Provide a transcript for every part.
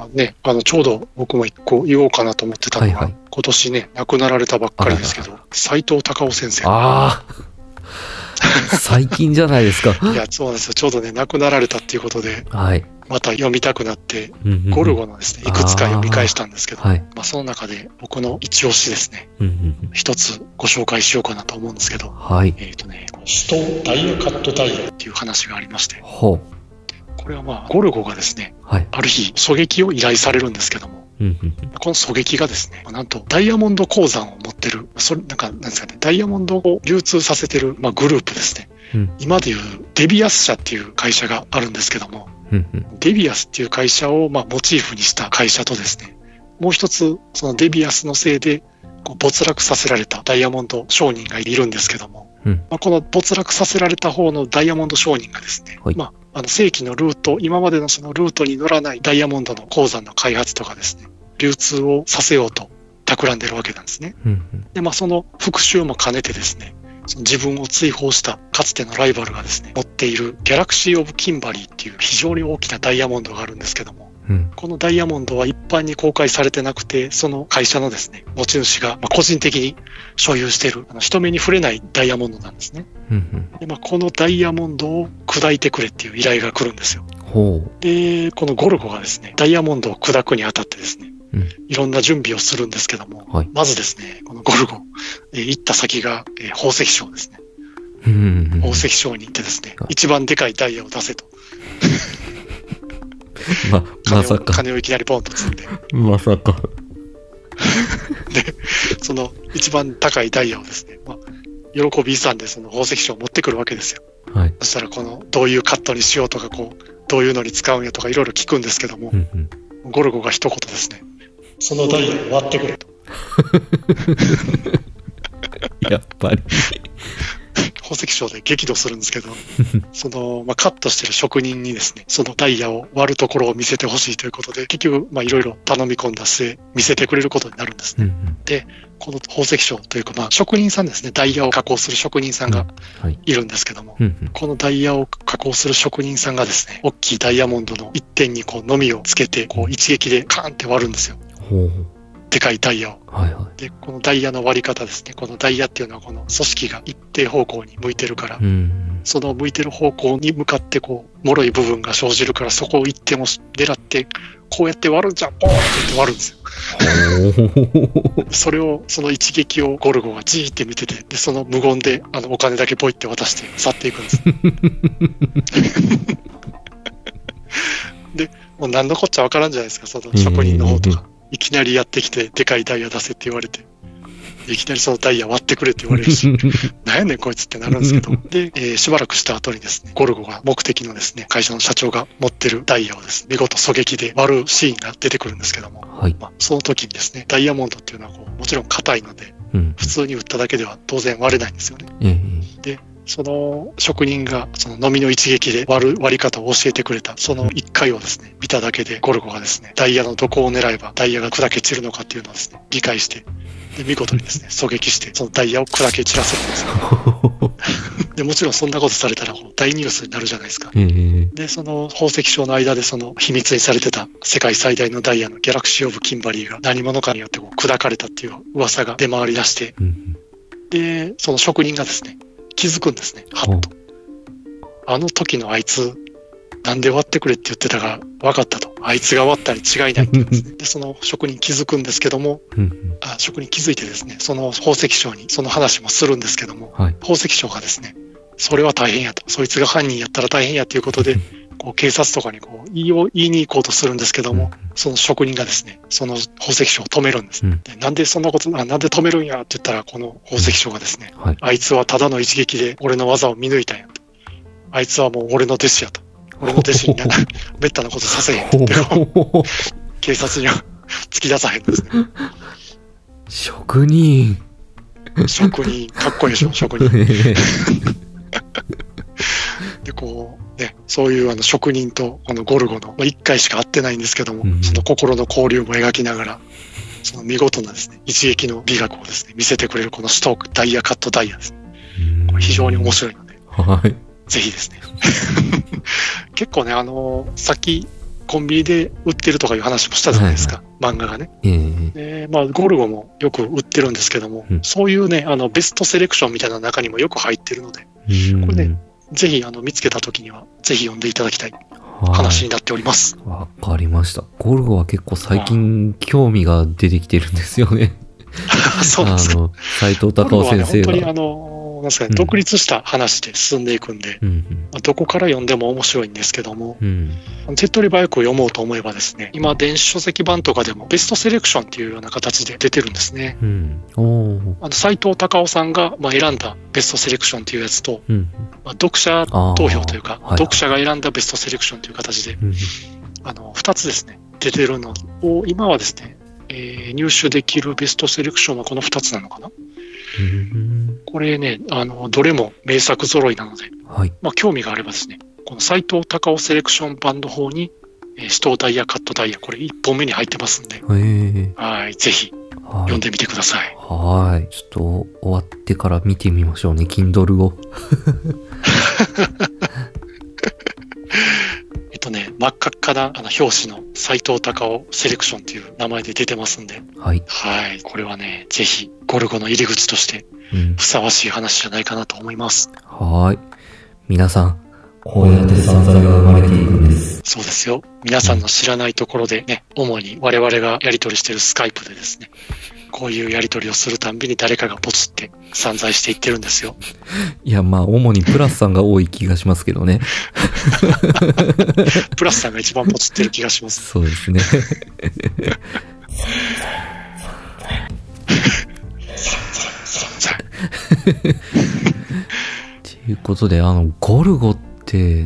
ね、ちょうど僕も一個言おうかなと思ってたのが、今年ね、亡くなられたばっかりですけど、斉藤隆夫先生。 ああ最近じゃないですか。 いや、そうなんですよ。ちょうどね、亡くなられたっていうことで、 はい、 また読みたくなって、ゴルゴのですね、いくつか読み返したんですけど、 はい、 その中で僕の一押しですね、一つご紹介しようかなと思うんですけど、 はい、 首都ダイヤカットダイヤっていう話がありまして、 ほう、 これはゴルゴがですね、 はい、 ある日狙撃を依頼されるんですけども、この狙撃がですね、なんとダイヤモンド鉱山を持ってる、なんですかね、ダイヤモンドを流通させてる、グループですね。今でいうデビアス社っていう会社があるんですけども、デビアスっていう会社をモチーフにした会社とですね、もう一つそのデビアスのせいで没落させられたダイヤモンド商人がいるんですけども、この没落させられた方のダイヤモンド商人がですね、正規のルート、今までのそのルートに乗らないダイヤモンドの鉱山の開発とかですね、流通をさせようと企んでるわけなんですね。で、その復讐も兼ねてですね、その自分を追放したかつてのライバルがですね、持っているギャラクシー・オブ・キンバリーっていう非常に大きなダイヤモンドがあるんですけども、このダイヤモンドは一般に公開されてなくて、その会社のですね、持ち主が個人的に所有している人目に触れないダイヤモンドなんですね。で、このダイヤモンドを砕いてくれっていう依頼が来るんですよ。で、このゴルゴがですね、ダイヤモンドを砕くにあたってですね、いろんな準備をするんですけども、まずですね、このゴルゴ、行った先が、宝石商ですね。宝石商に行ってですね、一番でかいダイヤを出せと。 まさか。 金をいきなりポンと積んで。 まさか。 で、その一番高いダイヤをですね、喜び勇んでその宝石商を持ってくるわけですよ。そしたらどういうカットにしようとか、どういうのに使うんやとかいろいろ聞くんですけども、ゴルゴが一言ですね、そのダイヤを割ってくれと。 やっぱり。 宝石商で激怒するんですけど、その、カットしてる職人にですね、そのダイヤを割るところを見せてほしいということで、結局、いろいろ頼み込んだ末、見せてくれることになるんですね。で、この宝石商というか、職人さんですね、ダイヤを加工する職人さんがいるんですけども、このダイヤを加工する職人さんがですね、大きいダイヤモンドの一点にのみをつけて、一撃でカーンって割るんですよ。でかいダイヤを。で、このダイヤの割り方ですね。このダイヤっていうのはこの組織が一定方向に向いてるから、その向いてる方向に向かって脆い部分が生じるから、そこを一点を狙って、こうやって割るんじゃん、ポーンって言って割るんですよ。それを、その一撃をゴルゴがじーって見てて、で、その無言でお金だけポイって渡して去っていくんです。で、もう何のこっちゃわからんじゃないですか、その職人の方とか。いきなりやってきて、でかいダイヤ出せって言われて、いきなりそのダイヤ割ってくれって言われるし、なんやねんこいつってなるんですけど、で、しばらくした後にですね、ゴルゴが目的のですね、会社の社長が持ってるダイヤをですね、見事狙撃で割るシーンが出てくるんですけども、その時にですね、ダイヤモンドっていうのはもちろん硬いので、普通に打っただけでは当然割れないんですよね。で、その職人がそののみの一撃で割り方を教えてくれたその一回をですね、見ただけでゴルゴがですね、ダイヤのどこを狙えばダイヤが砕け散るのかっていうのをですね、理解して、で見事にですね、狙撃してそのダイヤを砕け散らせるんですよ。でもちろんそんなことされたら大ニュースになるじゃないですか。で、その宝石商の間でその秘密にされてた世界最大のダイヤのギャラクシー・オブ・キンバリーが何者かによって砕かれたっていう噂が出回り出して、で、その職人がですね、気づくんですね、はっと。あの時のあいつ、なんで割ってくれって言ってたか分かったと。あいつが割ったに違いないって言うんですね。で、その職人気づくんですけども、職人気づいてですね、その宝石商にその話もするんですけども、宝石商がですね、それは大変やと。そいつが犯人やったら大変やということで、警察とかに言いに行こうとするんですけども、その職人がですね、その宝石商を止めるんです。で、なんでそんなこと、なんで止めるんやって言ったら、この宝石商がですね、あいつはただの一撃で俺の技を見抜いたんやと。あいつはもう俺の弟子やと。俺の弟子にめったなことさせへんって言って、警察には突き出さへんですね。 職人、 かっこいいでしょ、職人。で、ね、そういう職人とこのゴルゴの1回しか会ってないんですけども、その心の交流も描きながら、その見事なですね、一撃の美学をですね、見せてくれるこのストーク、ダイヤカットダイヤですね。非常に面白いので、ぜひですね。結構ね、さっきコンビニで売ってるとかいう話もしたじゃないですか、漫画がね。ゴルゴもよく売ってるんですけども、そういうね、ベストセレクションみたいな中にもよく入ってるので、これね、ぜひ見つけた時には、ぜひ読んでいただきたい話になっております。 わかりました。ゴルゴは結構最近興味が出てきてるんですよね。 そうなんですか。 斉藤隆夫先生が。 本当になんですかね、独立した話で進んでいくんで、どこから読んでも面白いんですけども、手っ取り早く読もうと思えばですね、今電子書籍版とかでもベストセレクションっていうような形で出てるんですね。斉藤隆夫さんが選んだベストセレクションっていうやつと、読者投票というか、読者が選んだベストセレクションという形で、2つですね、出てるのを、今はですね、入手できるベストセレクションはこの2つなのかな。これね、どれも名作揃いなので、興味があればですね、この斉藤隆夫セレクション版の方に、手動ダイヤ、カットダイヤ、これ1本目に入ってますんで、ぜひ読んでみてください。 ちょっと終わってから見てみましょうね、Kindle を。 真っ赤っかな表紙の斉藤隆夫セレクションという名前で出てますんで、これはね、ぜひゴルゴの入り口としてふさわしい話じゃないかなと思います。 皆さん、こうやって散々が生まれていくんです。 そうですよ。皆さんの知らないところでね、主に我々がやり取りしているスカイプでですね、こういうやり取りをするたんびに誰かがポチって散財していってるんですよ。 いや、主にプラスさんが多い気がしますけどね。 プラスさんが一番ポチってる気がします。 そうですね。ということで、ゴルゴって、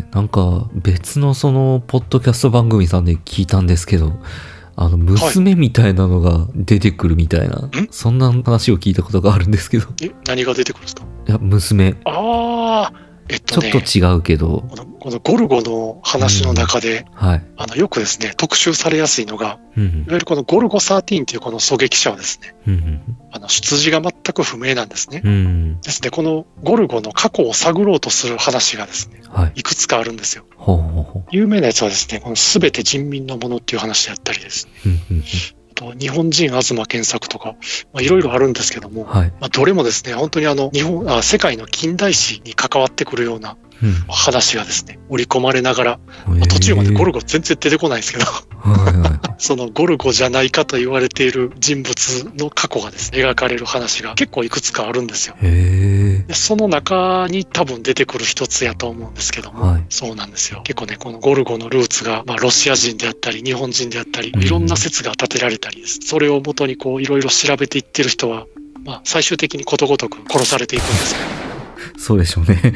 なんか別のポッドキャスト番組さんで聞いたんですけど、娘みたいなのが出てくるみたいな、そんな話を聞いたことがあるんですけど。 何が出てくるんですか？ いや、娘。ちょっと違うけど。 このゴルゴの話の中で、よくですね、特集されやすいのが、いわゆるこのゴルゴ13っていうこの狙撃者はですね、出自が全く不明なんですね。ですね、このゴルゴの過去を探ろうとする話がですね、いくつかあるんですよ。有名なやつはですね、この全て人民のものっていう話であったりですね。日本人東健作とか、いろいろあるんですけども、どれもですね、本当に世界の近代史に関わってくるような話がですね、織り込まれながら、途中までゴルゴ全然出てこないですけど、そのゴルゴじゃないかと言われている人物の過去がですね、描かれる話が結構いくつかあるんですよ。その中に多分出てくる一つやと思うんですけども、そうなんですよ。結構ね、このゴルゴのルーツが、ロシア人であったり、日本人であったり、いろんな説が立てられたりです。それをもとにこう、いろいろ調べていってる人は、最終的にことごとく殺されていくんですよ。 そうでしょうね。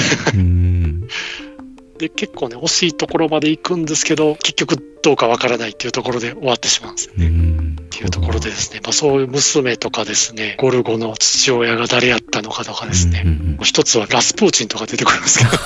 で、結構ね、惜しいところまで行くんですけど、結局どうかわからないっていうところで終わってしまうんですよね。っていうところでですね、そういう娘とかですね、ゴルゴの父親が誰やったのかとかですね、一つはラスプーチンとか出てくるんですけ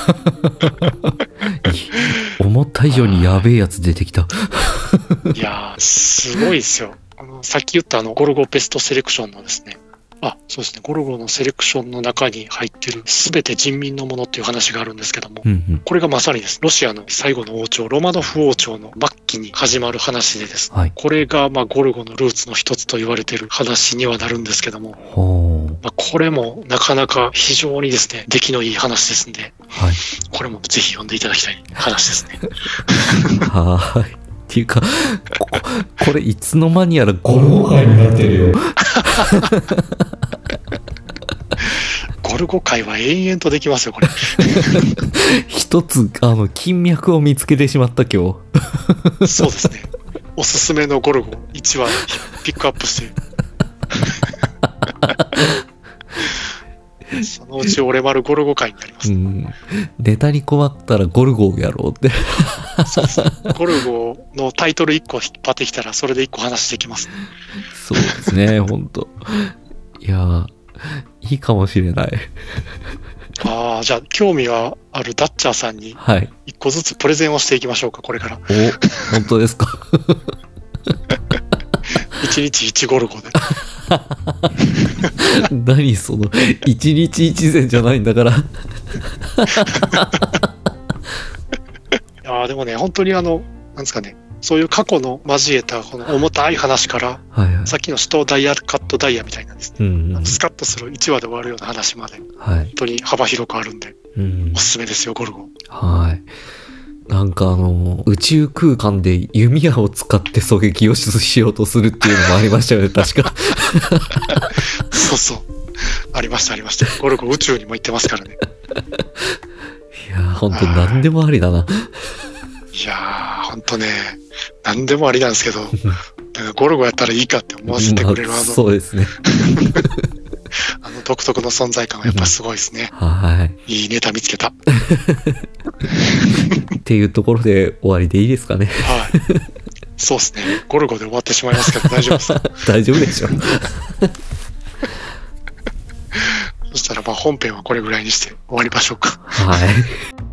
ど。思った以上にやべえやつ出てきた。 いやー、すごいですよ。さっき言ったゴルゴベストセレクションのですね、そうですね、ゴルゴのセレクションの中に入ってる全て人民のものっていう話があるんですけども、これがまさにです、ロシアの最後の王朝、ロマノフ王朝の末期に始まる話でです、これがゴルゴのルーツの一つと言われている話にはなるんですけども、これもなかなか非常にですね、出来のいい話ですんで、これもぜひ読んでいただきたい話ですね。 っていうか、これいつの間にやらゴルゴ界になってるよ。 ゴルゴ界は延々とできますよ、これ。 一つ、金脈を見つけてしまった今日。そうですね。おすすめのゴルゴ1話ピックアップして。そのうち俺丸ゴルゴ界になります。 ネタに困ったらゴルゴをやろうって。 そうそう。ゴルゴのタイトル1個引っ張ってきたらそれで1個話できます。 そうですね、ほんと。いやいいかもしれない。 じゃあ興味があるダッチャーさんに1個ずつプレゼンをしていきましょうか、これから。 本当ですか。 1日1ゴルゴで。 何その1日1膳じゃないんだから。いやでもね、本当になんでですかね、そういう過去の交えたこの重たい話から、 はいはい。 さっきの死闘ダイヤカットダイヤみたいなですね、 うんうん。 スカッとする1話で終わるような話まで、 はい。 本当に幅広くあるんで、 うんお。すすめですよ、ゴルゴ。 はい。なんか宇宙空間で弓矢を使って狙撃をしようとするっていうのもありましたよね、確か。 そうそう。ありました、ありました。ゴルゴ宇宙にも行ってますからね。 いやー、ほんと何でもありだな。 いやー、ほんとね、何でもありなんですけど、なんかゴルゴやったらいいかって思わせてくれる、 そうですね。 独特の存在感はやっぱすごいですね。 はい。 いいネタ見つけた。 っていうところで終わりでいいですかね。 はい。そうですね。ゴルゴで終わってしまいますけど大丈夫ですか？ 大丈夫でしょ。 そしたらまあ本編はこれぐらいにして終わりましょうか。 はい。